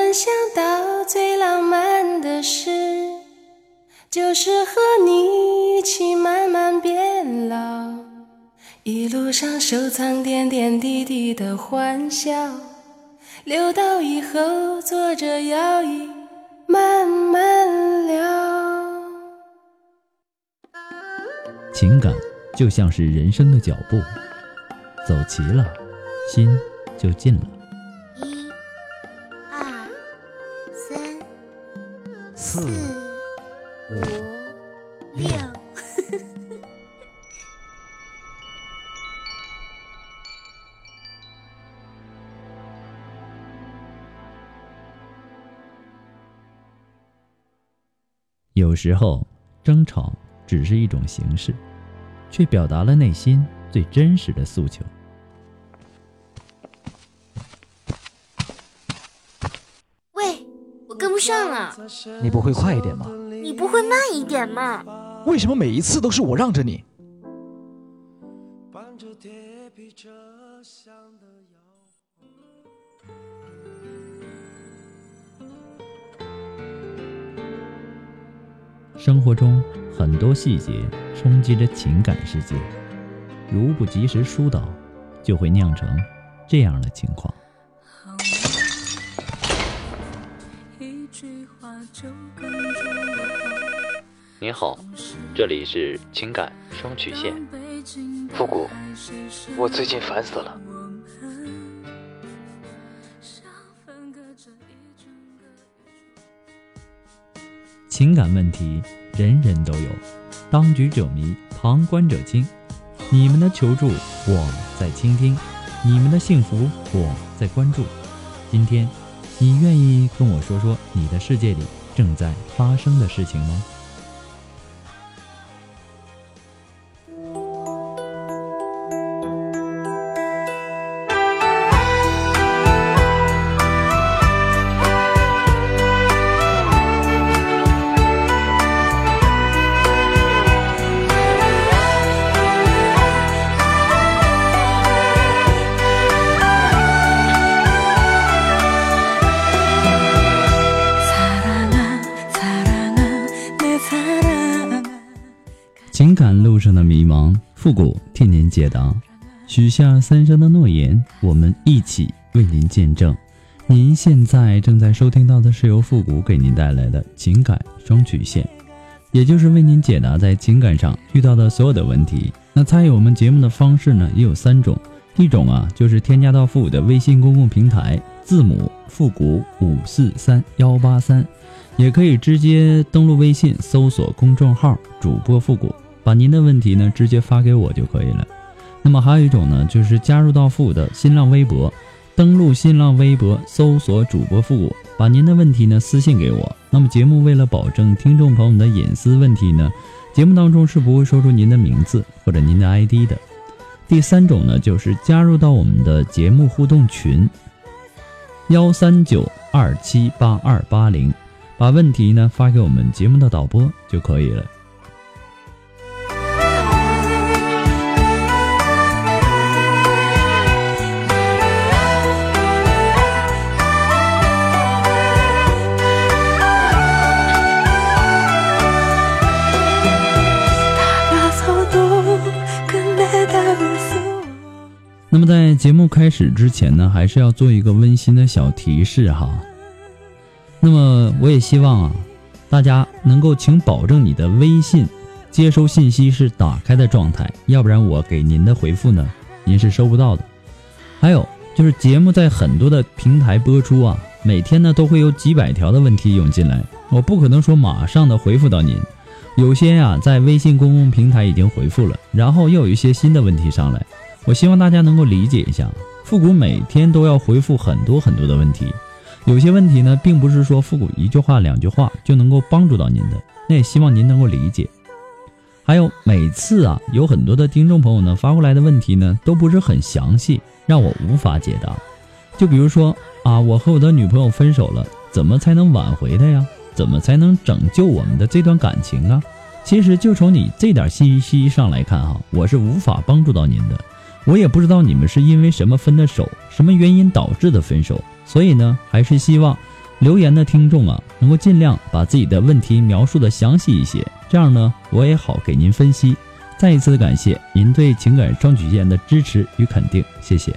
然想到最浪漫的事，就是和你一起慢慢变老，一路上收藏点点滴滴的欢笑，留到以后坐着摇椅慢慢聊。 情感就像是人生的脚步，走齐了，心就近了。 1、2、3、4、5、6。 有时候争吵只是一种形式，却表达了内心最真实的诉求。 喂，我跟不上了。 你不会快一点吗？ 你不会慢一点吗？ 为什么每一次都是我让着你？ 生活中很多细节冲击着情感世界，如不及时疏导，就会酿成这样的情况。 您好，这里是情感双曲线。 复古，我最近烦死了。 情感问题人人都有，当局者迷，旁观者清。你们的求助我在倾听，你们的幸福我在关注。今天你愿意跟我说说你的世界里正在发生的事情吗？情感路上的迷茫，复古替您解答。许下3声的诺言，我们一起为您见证。您现在正在收听到的是由复古给您带来的情感双曲线，也就是为您解答在情感上遇到的所有的问题。那参与我们节目的方式呢，也有3种。一种就是添加到复古的微信公共平台，字母复古543183，也可以直接登录微信搜索公众号主播复古，把您的问题呢直接发给我就可以了。那么还有一种呢，就是加入到复古的新浪微博，登录新浪微博搜索主播复古，把您的问题呢私信给我。那么节目为了保证听众朋友们的隐私问题呢，节目当中是不会说出您的名字或者您的 ID 的。第3种呢，就是加入到我们的节目互动群139278280，把问题呢发给我们节目的导播就可以了。那么在节目开始之前呢，还是要做一个温馨的小提示哈。那么我也希望大家能够请保证你的微信接收信息是打开的状态，要不然我给您的回复呢，您是收不到的。还有就是节目在很多的平台播出每天呢都会有几百条的问题涌进来，我不可能说马上的回复到您。有些在微信公共平台已经回复了，然后又有一些新的问题上来。我希望大家能够理解一下，复古每天都要回复很多很多的问题，有些问题呢并不是说复古一句话2句话就能够帮助到您的，那也希望您能够理解。还有每次有很多的听众朋友呢发过来的问题呢都不是很详细，让我无法解答。就比如说我和我的女朋友分手了，怎么才能挽回她呀？怎么才能拯救我们的这段感情啊？其实就从你这点信息上来看我是无法帮助到您的。我也不知道你们是因为什么分的手，什么原因导致的分手，所以呢还是希望留言的听众啊，能够尽量把自己的问题描述的详细一些，这样呢，我也好给您分析。再一次的感谢您对情感双曲线的支持与肯定，谢谢。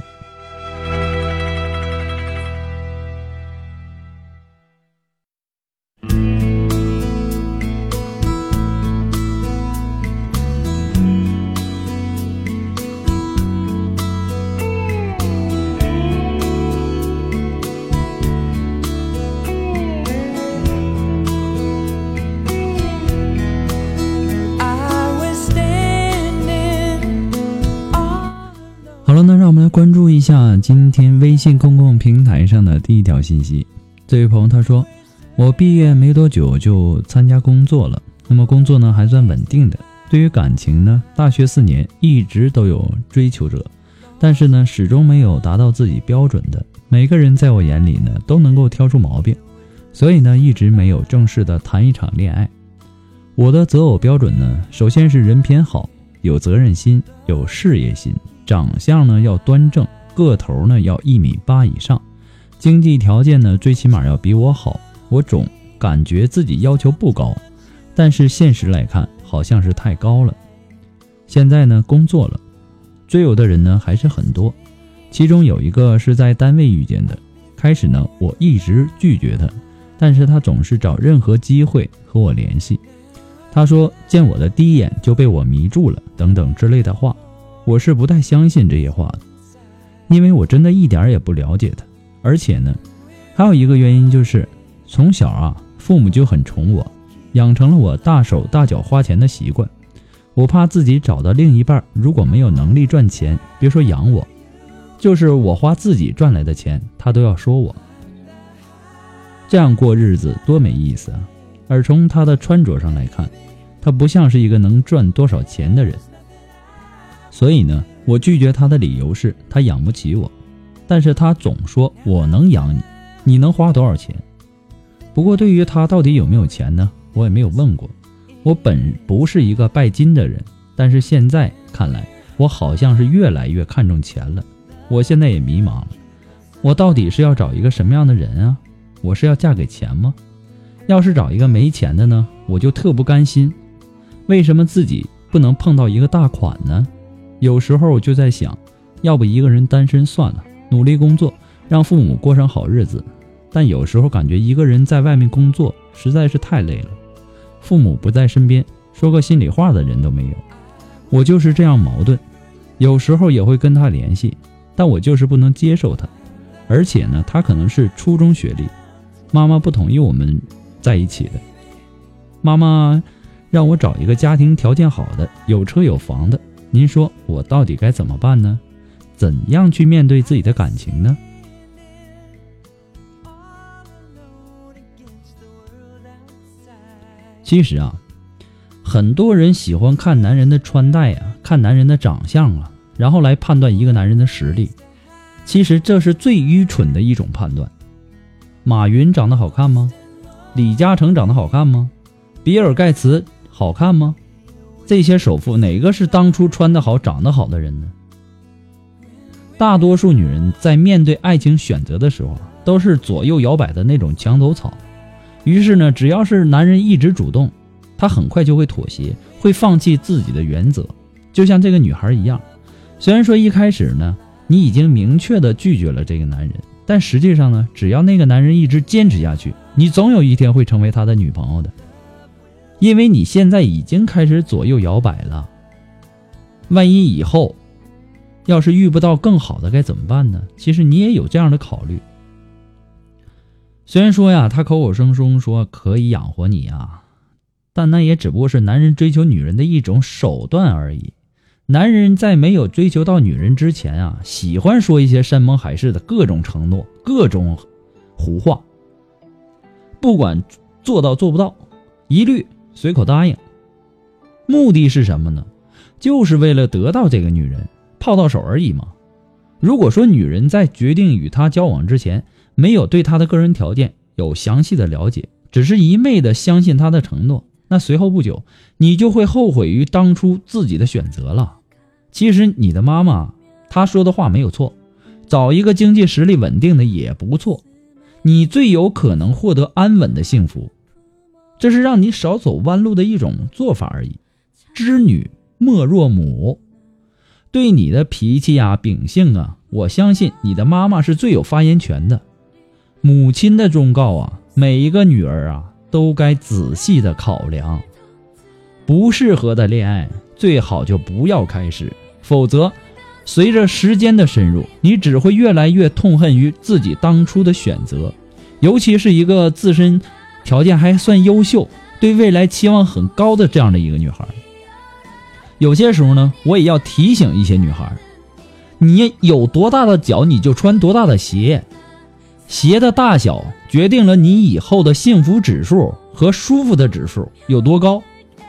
好了，那让我们来关注一下今天微信公共平台上的第一条信息。这位朋友他说，我毕业没多久就参加工作了，那么工作呢还算稳定的。对于感情呢，大学4年一直都有追求者，但是呢始终没有达到自己标准的。每个人在我眼里呢都能够挑出毛病，所以呢一直没有正式的谈一场恋爱。我的择偶标准呢，首先是人品好，有责任心，有事业心，长相呢要端正，个头呢要1.8米以上，经济条件呢最起码要比我好。我总感觉自己要求不高，但是现实来看好像是太高了。现在呢工作了，追我的人呢还是很多，其中有一个是在单位遇见的。开始呢我一直拒绝他，但是他总是找任何机会和我联系。他说见我的第一眼就被我迷住了等等之类的话，我是不太相信这些话的，因为我真的一点也不了解他。而且呢还有一个原因就是从小啊父母就很宠我，养成了我大手大脚花钱的习惯。我怕自己找到另一半如果没有能力赚钱，别说养我，就是我花自己赚来的钱他都要说我。这样过日子多没意思啊！而从他的穿着上来看，他不像是一个能赚多少钱的人。所以呢我拒绝他的理由是他养不起我，但是他总说我能养你，你能花多少钱？不过对于他到底有没有钱呢，我也没有问过。我本不是一个拜金的人，但是现在看来我好像是越来越看重钱了。我现在也迷茫了，我到底是要找一个什么样的人啊？我是要嫁给钱吗？要是找一个没钱的呢，我就特不甘心。为什么自己不能碰到一个大款呢？有时候我就在想，要不一个人单身算了，努力工作，让父母过上好日子。但有时候感觉一个人在外面工作实在是太累了，父母不在身边，说个心里话的人都没有。我就是这样矛盾，有时候也会跟他联系，但我就是不能接受他。而且呢他可能是初中学历，妈妈不同意我们在一起的。妈妈让我找一个家庭条件好的，有车有房的。您说我到底该怎么办呢？怎样去面对自己的感情呢？其实啊，很多人喜欢看男人的穿戴啊，看男人的长相啊，然后来判断一个男人的实力。其实这是最愚蠢的一种判断。马云长得好看吗？李嘉诚长得好看吗？比尔盖茨好看吗？这些首富哪个是当初穿得好长得好的人呢？大多数女人在面对爱情选择的时候都是左右摇摆的那种墙头草。于是呢只要是男人一直主动，她很快就会妥协，会放弃自己的原则。就像这个女孩一样，虽然说一开始呢你已经明确的拒绝了这个男人，但实际上呢只要那个男人一直坚持下去，你总有一天会成为他的女朋友的。因为你现在已经开始左右摇摆了，万一以后要是遇不到更好的该怎么办呢？其实你也有这样的考虑。虽然说呀他口口声声说可以养活你啊，但那也只不过是男人追求女人的一种手段而已。男人在没有追求到女人之前啊，喜欢说一些山盟海誓的各种承诺，各种胡话，不管做到做不到，一律随口答应。目的是什么呢？就是为了得到这个女人，泡到手而已嘛。如果说女人在决定与他交往之前没有对他的个人条件有详细的了解，只是一昧的相信他的承诺，那随后不久你就会后悔于当初自己的选择了。其实你的妈妈她说的话没有错，找一个经济实力稳定的也不错。 你最有可能获得安稳的幸福。这是让你少走弯路的一种做法而已。知女莫若母，对你的脾气啊、秉性啊，我相信你的妈妈是最有发言权的。母亲的忠告啊，每一个女儿啊都该仔细的考量。不适合的恋爱最好就不要开始，否则随着时间的深入，你只会越来越痛恨于自己当初的选择。尤其是一个自身条件还算优秀，对未来期望很高的这样的一个女孩。有些时候呢，我也要提醒一些女孩，你有多大的脚你就穿多大的鞋，鞋的大小决定了你以后的幸福指数和舒服的指数有多高。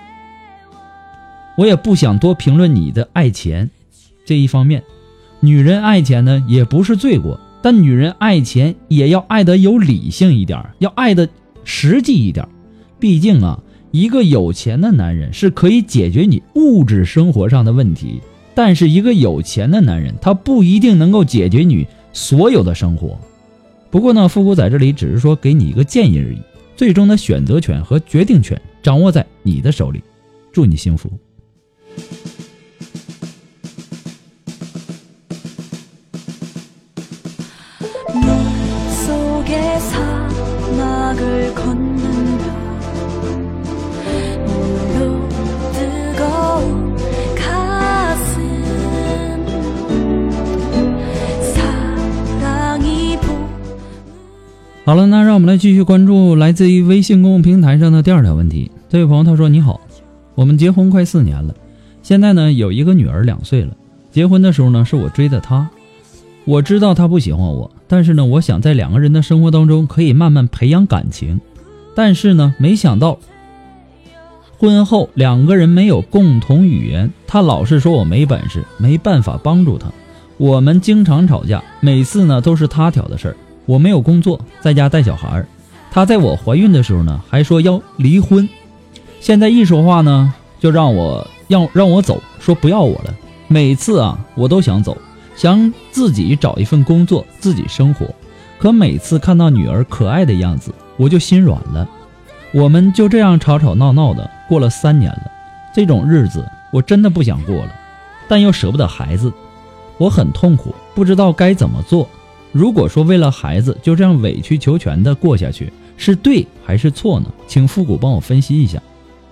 我也不想多评论你的爱钱这一方面，女人爱钱呢也不是罪过，但女人爱钱也要爱得有理性一点，要爱得实际一点。毕竟啊，一个有钱的男人是可以解决你物质生活上的问题，但是一个有钱的男人他不一定能够解决你所有的生活。不过呢，复古在这里只是说给你一个建议而已，最终的选择权和决定权掌握在你的手里。祝你幸福。好了，那让我们来继续关注来自于微信公众平台上的第二条问题。这位朋友他说，你好，我们结婚快4年了，现在呢有一个女儿2岁了。结婚的时候呢是我追的她，我知道她不喜欢我，但是呢我想在2个人的生活当中可以慢慢培养感情。但是呢没想到婚后2个人没有共同语言，她老是说我没本事，没办法帮助她。我们经常吵架，每次呢都是她挑的事儿。我没有工作，在家带小孩，她在我怀孕的时候呢还说要离婚，现在一说话呢就让我走，说不要我了。每次啊我都想走，想自己找一份工作自己生活，可每次看到女儿可爱的样子我就心软了。我们就这样吵吵闹闹的过了3年了，这种日子我真的不想过了，但又舍不得孩子，我很痛苦，不知道该怎么做。如果说为了孩子就这样委曲求全的过下去，是对还是错呢？请复古帮我分析一下。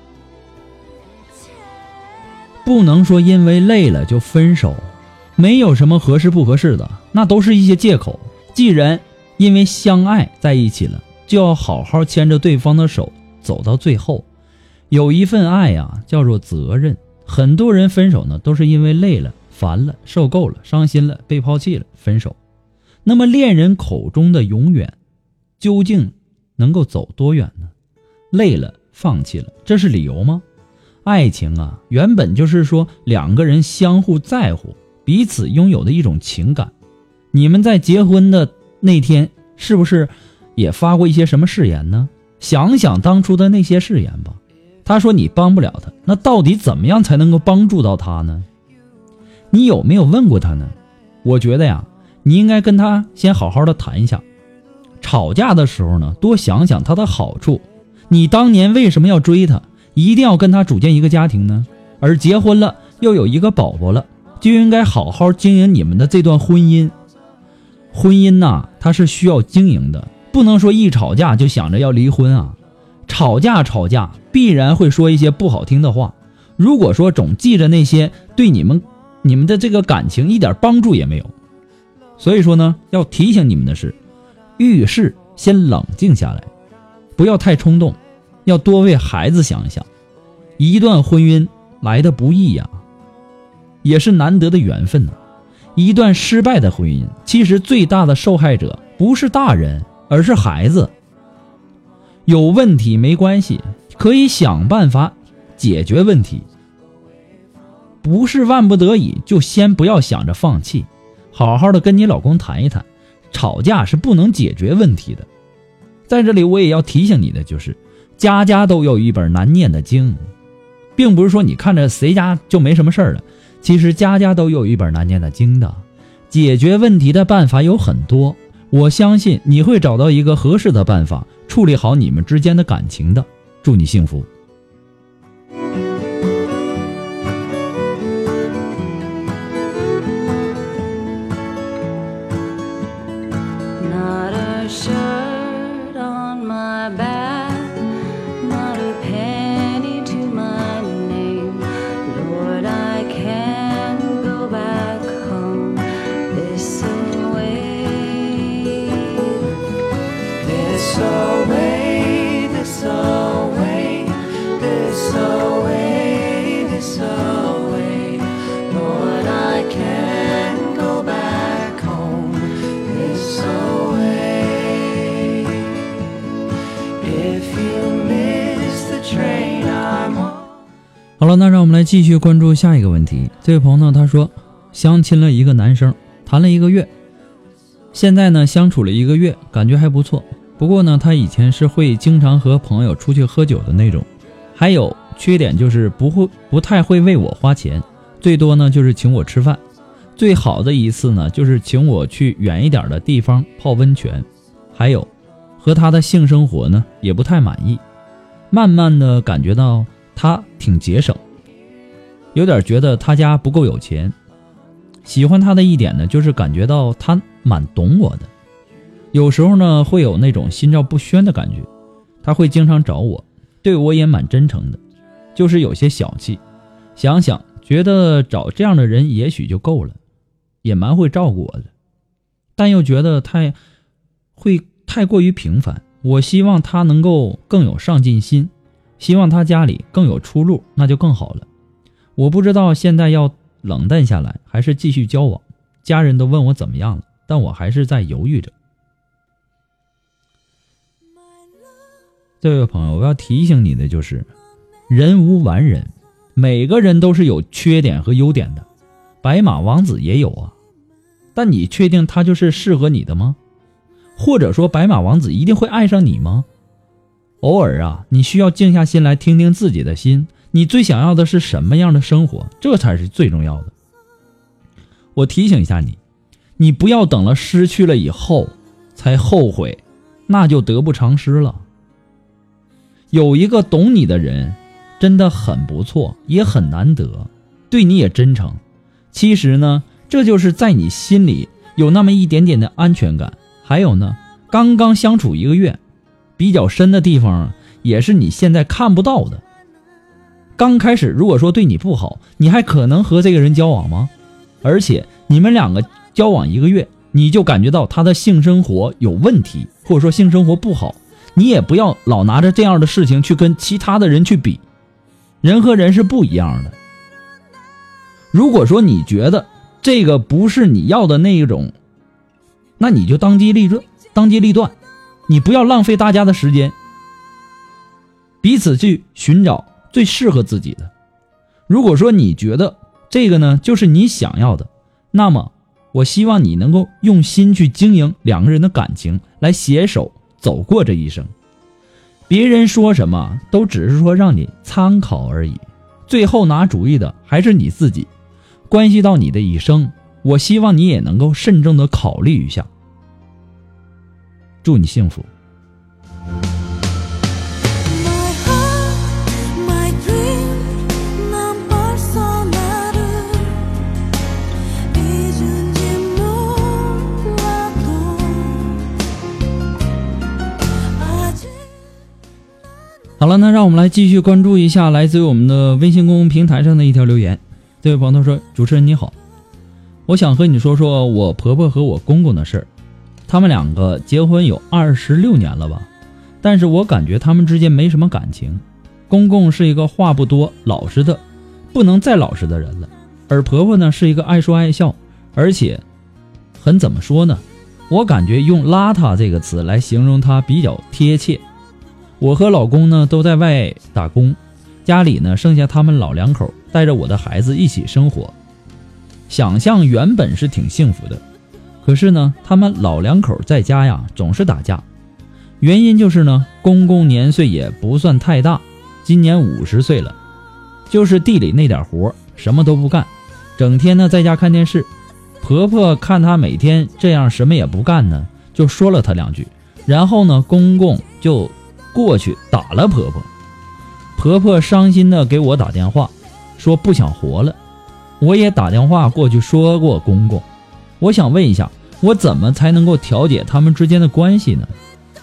不能说因为累了就分手，没有什么合适不合适的，那都是一些借口。既然因为相爱在一起了，就要好好牵着对方的手走到最后。有一份爱啊叫做责任。很多人分手呢都是因为累了、烦了、受够了、伤心了、被抛弃了分手。那么恋人口中的永远究竟能够走多远呢？累了放弃了，这是理由吗？爱情啊原本就是说2个人相互在乎，彼此拥有的一种情感。你们在结婚的那天是不是也发过一些什么誓言呢？想想当初的那些誓言吧。他说你帮不了他，那到底怎么样才能够帮助到他呢？你有没有问过他呢？我觉得呀，你应该跟他先好好的谈一下。吵架的时候呢多想想他的好处。你当年为什么要追他，一定要跟他组建一个家庭呢？而结婚了又有一个宝宝了，就应该好好经营你们的这段婚姻。婚姻呐它是需要经营的，不能说一吵架就想着要离婚啊。吵架必然会说一些不好听的话，如果说总记着那些，对你们的这个感情一点帮助也没有。所以说呢，要提醒你们的是，遇事先冷静下来，不要太冲动，要多为孩子想一想。一段婚姻来的不易呀，也是难得的缘分呐。一段失败的婚姻，其实最大的受害者不是大人，而是孩子。有问题没关系，可以想办法解决问题，不是万不得已就先不要想着放弃。好好的跟你老公谈一谈，吵架是不能解决问题的。在这里我也要提醒你的就是，家家都有一本难念的经，并不是说你看着谁家就没什么事儿了，其实家家都有一本难念的经的。解决问题的办法有很多， 我相信你会找到一个合适的办法处理好你们之间的感情的。祝你幸福。 好了，那让我们来继续关注下一个问题。这位朋友呢，他说相亲了一个男生，谈了1个月，现在呢相处了1个月，感觉还不错。不过呢，他以前是会经常和朋友出去喝酒的那种，还有缺点就是不太会为我花钱，最多呢就是请我吃饭。最好的一次呢，就是请我去远一点的地方泡温泉。还有和他的性生活呢也不太满意，慢慢的感觉到他挺节省，有点觉得他家不够有钱。喜欢他的一点呢，就是感觉到他蛮懂我的，有时候呢会有那种心照不宣的感觉。他会经常找我，对我也蛮真诚的，就是有些小气。想想觉得找这样的人也许就够了，也蛮会照顾我的，但又觉得太过于平凡。我希望他能够更有上进心，希望他家里更有出路，那就更好了。我不知道现在要冷淡下来还是继续交往，家人都问我怎么样了，但我还是在犹豫着。这位朋友，我要提醒你的就是，人无完人，每个人都是有缺点和优点的，白马王子也有啊，但你确定他就是适合你的吗？或者说白马王子一定会爱上你吗？偶尔啊，你需要静下心来听听自己的心，你最想要的是什么样的生活，这才是最重要的。我提醒一下你，你不要等了失去了以后才后悔，那就得不偿失了。有一个懂你的人真的很不错，也很难得，对你也真诚。其实呢，这就是在你心里有那么一点点的安全感。还有呢，刚刚相处1个月，比较深的地方也是你现在看不到的。刚开始如果说对你不好，你还可能和这个人交往吗？而且你们两个交往1个月，你就感觉到他的性生活有问题，或者说性生活不好，你也不要老拿着这样的事情去跟其他的人去比，人和人是不一样的。如果说你觉得这个不是你要的那一种，那你就当机立断，你不要浪费大家的时间，彼此去寻找最适合自己的。如果说你觉得这个呢就是你想要的，那么我希望你能够用心去经营2个人的感情，来携手走过这一生。别人说什么都只是说让你参考而已，最后拿主意的还是你自己。关系到你的一生，我希望你也能够慎重的考虑一下。祝你幸福。好了，那让我们来继续关注一下来自于我们的微信公众平台上的一条留言。这位朋友说，主持人你好，我想和你说说我婆婆和我公公的事儿。他们2个结婚有26年了吧，但是我感觉他们之间没什么感情。公公是一个话不多、老实的不能再老实的人了，而婆婆呢是一个爱说爱笑，而且很怎么说呢，我感觉用邋遢这个词来形容她比较贴切。我和老公呢都在外打工，家里呢剩下他们老2口带着我的孩子一起生活。想象原本是挺幸福的，可是呢他们老2口在家呀总是打架。原因就是呢，公公年岁也不算太大，今年50岁了，就是地里那点活什么都不干，整天呢在家看电视。婆婆看他每天这样什么也不干呢， 就说了她2句，然后呢，公公就过去打了婆婆。婆婆伤心的给我打电话，说不想活了。我也打电话过去说过公公，我想问一下，我怎么才能够调解他们之间的关系呢？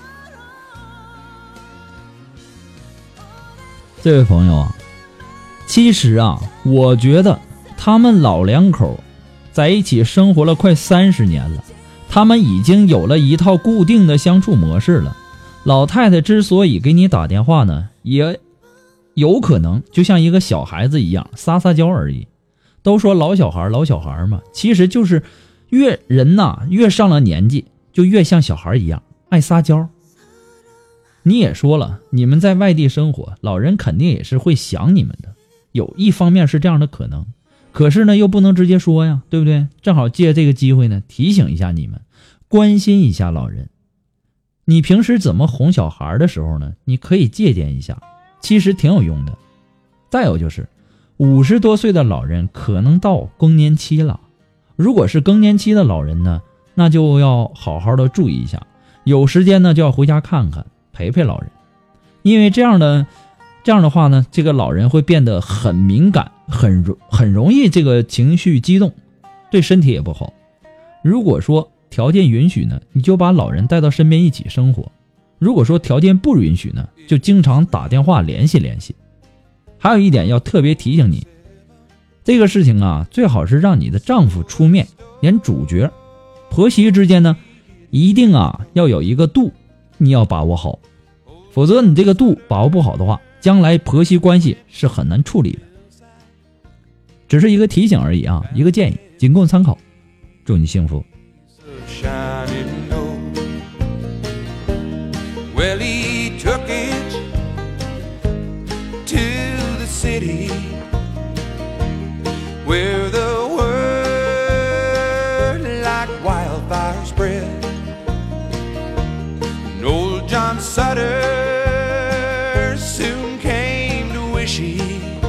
这位朋友啊，其实啊，我觉得他们老两口在一起生活了快30年了，他们已经有了一套固定的相处模式了。老太太之所以给你打电话呢，也有可能就像一个小孩子一样撒撒娇而已。都说老小孩嘛，其实就是人呐，越上了年纪就越像小孩一样爱撒娇。你也说了，你们在外地生活，老人肯定也是会想你们的，有一方面是这样的可能，可是呢又不能直接说呀，对不对？正好借这个机会呢，提醒一下你们，关心一下老人。你平时怎么哄小孩的时候呢，你可以借鉴一下，其实挺有用的。再有就是50多岁的老人可能到更年期了，如果是更年期的老人呢，那就要好好的注意一下，有时间呢就要回家看看，陪陪老人。因为这样的话呢，这个老人会变得很敏感，很容易这个情绪激动，对身体也不好。如果说条件允许呢，你就把老人带到身边一起生活；如果说条件不允许呢，就经常打电话联系。还有一点要特别提醒你，这个事情啊，最好是让你的丈夫出面演主角，婆媳之间呢，一定啊要有一个度，你要把握好，否则你这个度把握不好的话，将来婆媳关系是很难处理的。只是一个提醒而已啊，一个建议，仅供参考。祝你幸福。Well, he took it to the city where the word like wildfire spread. And old John Sutter soon came to wish he.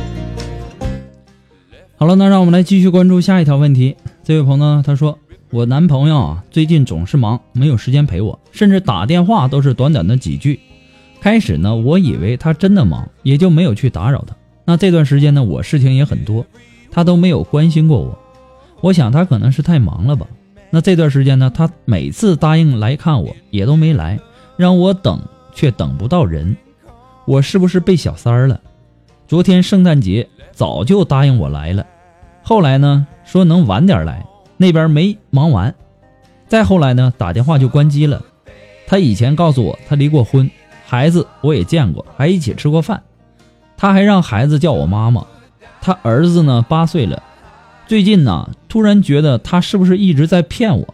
好了，那让我们来继续关注下一条问题。这位朋友呢，他说，我男朋友啊，最近总是忙，没有时间陪我，甚至打电话都是短短的几句。开始呢，我以为他真的忙，也就没有去打扰他。那这段时间呢，我事情也很多，他都没有关心过我。我想他可能是太忙了吧。那这段时间呢，他每次答应来看我，也都没来，让我等却等不到人。我是不是被小三儿了？昨天圣诞节早就答应我来了，后来呢说能晚点来，那边没忙完，再后来呢打电话就关机了。他以前告诉我他离过婚，孩子我也见过，还一起吃过饭，他还让孩子叫我妈妈。他儿子呢8岁了，最近呢突然觉得他是不是一直在骗我。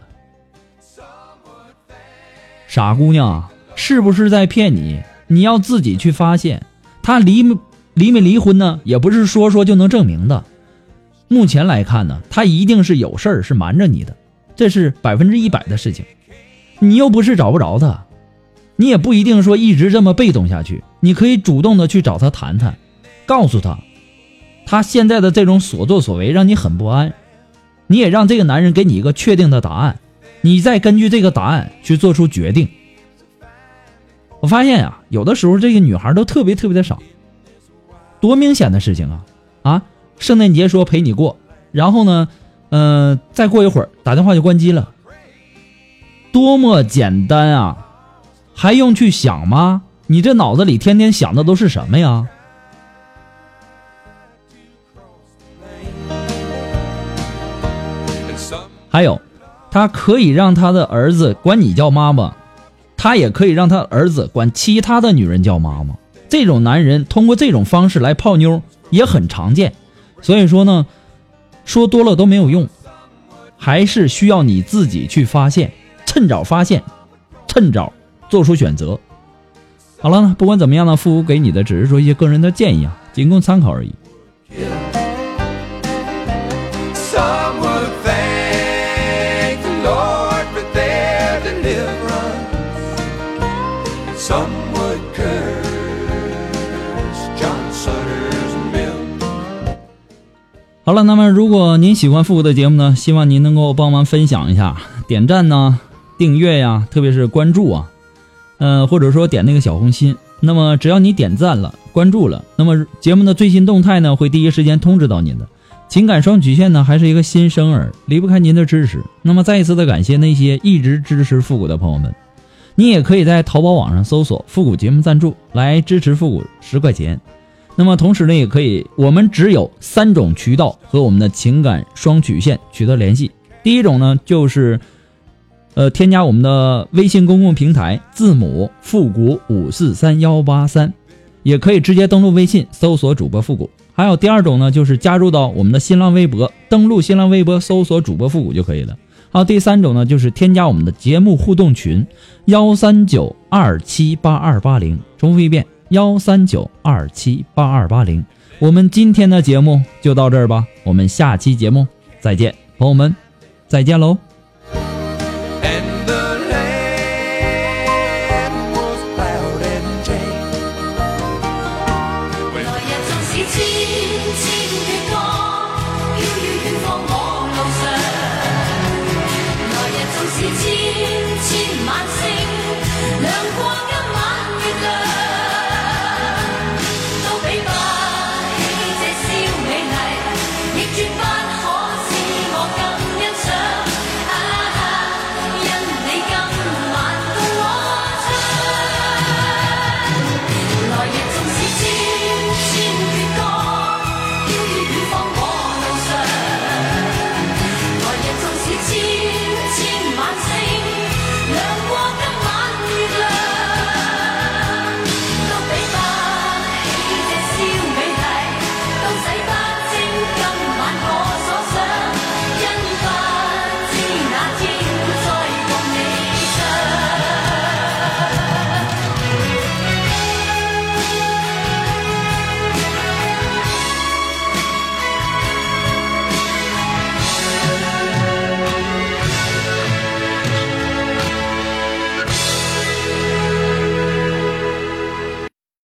傻姑娘，是不是在骗你？你要自己去发现。他离没离婚呢，也不是说就能证明的。目前来看呢，他一定是有事儿，是瞒着你的，这是100%的事情。你又不是找不着他，你也不一定说一直这么被动下去，你可以主动的去找他谈谈，告诉他，他现在的这种所作所为让你很不安，你也让这个男人给你一个确定的答案，你再根据这个答案去做出决定。我发现啊，有的时候这个女孩都特别的傻，多明显的事情啊！圣诞节说陪你过，然后呢，再过一会儿打电话就关机了，多么简单啊！还用去想吗？你这脑子里天天想的都是什么呀？还有，他可以让他的儿子管你叫妈妈，他也可以让他儿子管其他的女人叫妈妈。这种男人通过这种方式来泡妞也很常见，所以说呢，说多了都没有用，还是需要你自己去发现，趁早发现，趁早做出选择。好了呢，不管怎么样呢，父母给你的只是说一些个人的建议啊，仅供参考而已。好了，那么如果您喜欢复古的节目呢，希望您能够帮忙分享一下，点赞呢， 订阅呀，特别是关注啊，或者说点那个小红心。那么只要你点赞了，关注了，那么节目的最新动态呢，会第一时间通知到您的。情感双曲线呢，还是一个新生儿，离不开您的支持。那么再一次的感谢那些一直支持复古的朋友们。你也可以在淘宝网上搜索复古节目赞助来支持复古10块钱。那么同时呢，也可以，我们只有3种渠道和我们的情感双曲线取得联系。第一种呢，就是添加我们的微信公共平台字母复古543183，也可以直接登录微信搜索主播复古。还有第二种呢，就是加入到我们的新浪微博，登录新浪微博搜索主播复古就可以了。还有第三种呢，就是添加我们的节目互动群139278280，重复一遍139278280。我们今天的节目就到这儿吧，我们下期节目再见，朋友们再见喽。